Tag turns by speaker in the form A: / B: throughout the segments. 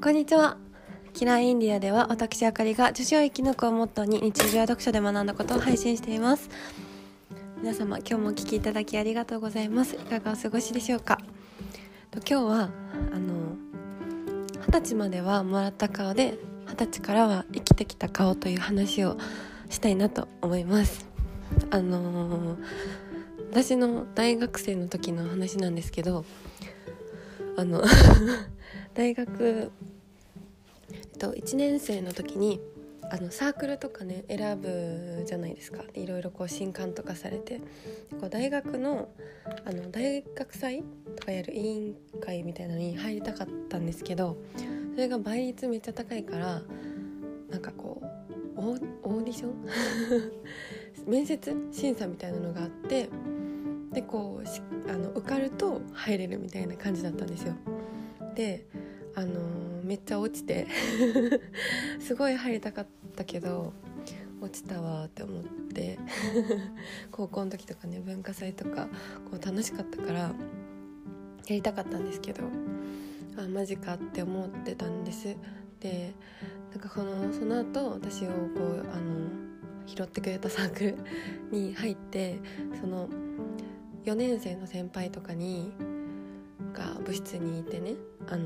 A: こんにちは。キラーインディアでは私あかりが女子を生き抜くをモットーに日常や読書で学んだことを配信しています。皆様今日もお聞きいただきありがとうございます。いかがお過ごしでしょうか。今日は20歳まではもらった顔で20歳からは生きてきた顔という話をしたいなと思います。私の大学生の時の話なんですけど、大学、1年生の時にサークルとかね選ぶじゃないですか。いろいろこう新刊とかされて、こう大学の大学祭とかやる委員会みたいなのに入りたかったんですけど、それが倍率めっちゃ高いから、なんかこうオーディション面接審査みたいなのがあって、でこう受かると入れるみたいな感じだったんですよ。でめっちゃ落ちてすごい入りたかったけど落ちたわって思って高校の時とかね、文化祭とかこう楽しかったからやりたかったんですけど、マジかって思ってたんです。でなんかその後私をこう拾ってくれたサークルに入って、その4年生の先輩とかが部室にいてね、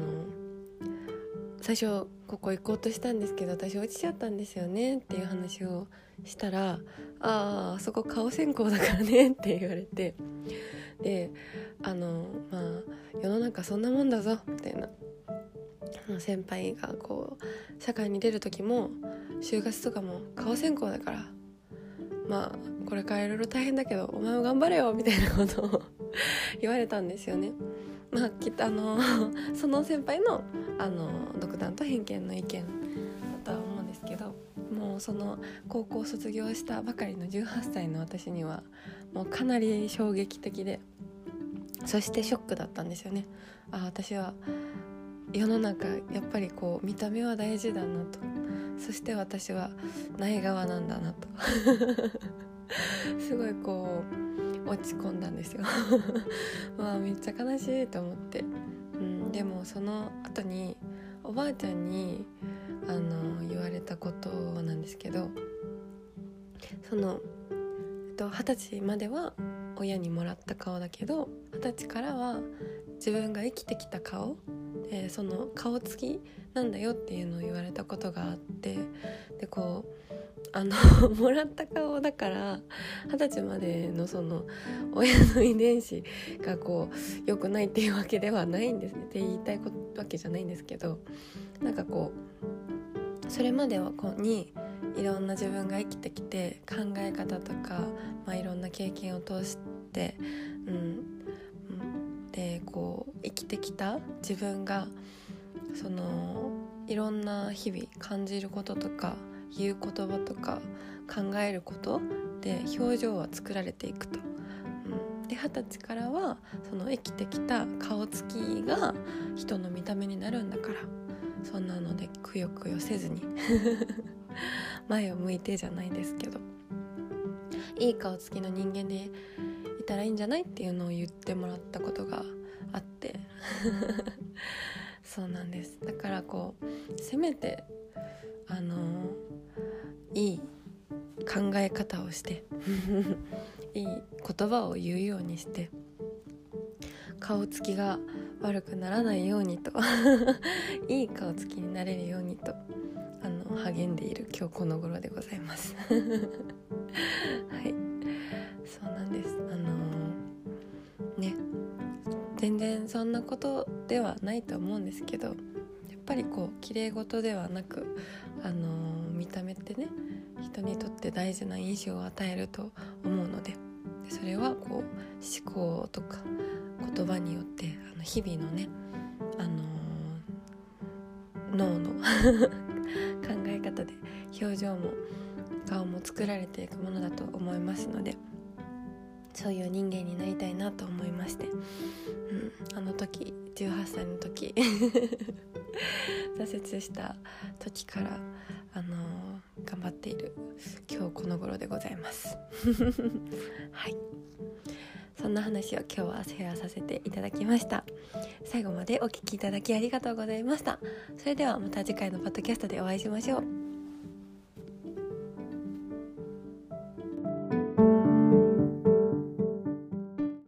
A: 最初ここ行こうとしたんですけど私落ちちゃったんですよねっていう話をしたら、あそこ顔専攻だからねって言われて、で世の中そんなもんだぞみたいな、先輩がこう社会に出る時も就活とかも顔専攻だから、これからいろいろ大変だけどお前も頑張れよみたいなことを言われたんですよね。きっとその先輩の独断と偏見の意見だとは思うんですけど、もうその高校卒業したばかりの18歳の私にはもうかなり衝撃的で、そしてショックだったんですよね。私は世の中やっぱりこう見た目は大事だなと、そして私はない側なんだなとすごいこう落ち込んだんですよめっちゃ悲しいと思って、でもその後におばあちゃんに言われたことなんですけど、20歳までは親にもらった顔だけど20歳からは自分が生きてきた顔で、その顔つきなんだよっていうのを言われたことがあって、でこうもらった顔だから20歳までのその親の遺伝子がこう良くないっていうわけではないんですねって言いたいわけじゃないんですけど、なんかこうそれまではにいろんな自分が生きてきて考え方とか、いろんな経験を通して、でこう生きてきた自分がそのいろんな日々感じることとか言う言葉とか考えることで表情は作られていくと、で20歳からはその生きてきた顔つきが人の見た目になるんだから、そんなのでくよくよせずに前を向いてじゃないですけど、いい顔つきの人間でいたらいいんじゃないっていうのを言ってもらったことがあってそうなんです。だからこうせめていい考え方をしていい言葉を言うようにして顔つきが悪くならないようにといい顔つきになれるようにと励んでいる今日この頃でございますはい、そうなんです。全然そんなことではないと思うんですけど、やっぱりこう綺麗事ではなく見た目ってね、人にとって大事な印象を与えると思うので、それはこう思考とか言葉によって日々のね、脳の考え方で表情も顔も作られていくものだと思いますので、そういう人間になりたいなと思いまして、あの時18歳の時挫折した時から頑張っている今日この頃でございますはい、 そんな話を今日はシェアさせていただきました。最後までお聞きいただきありがとうございました。それではまた次回のポッドキャストでお会いしましょう。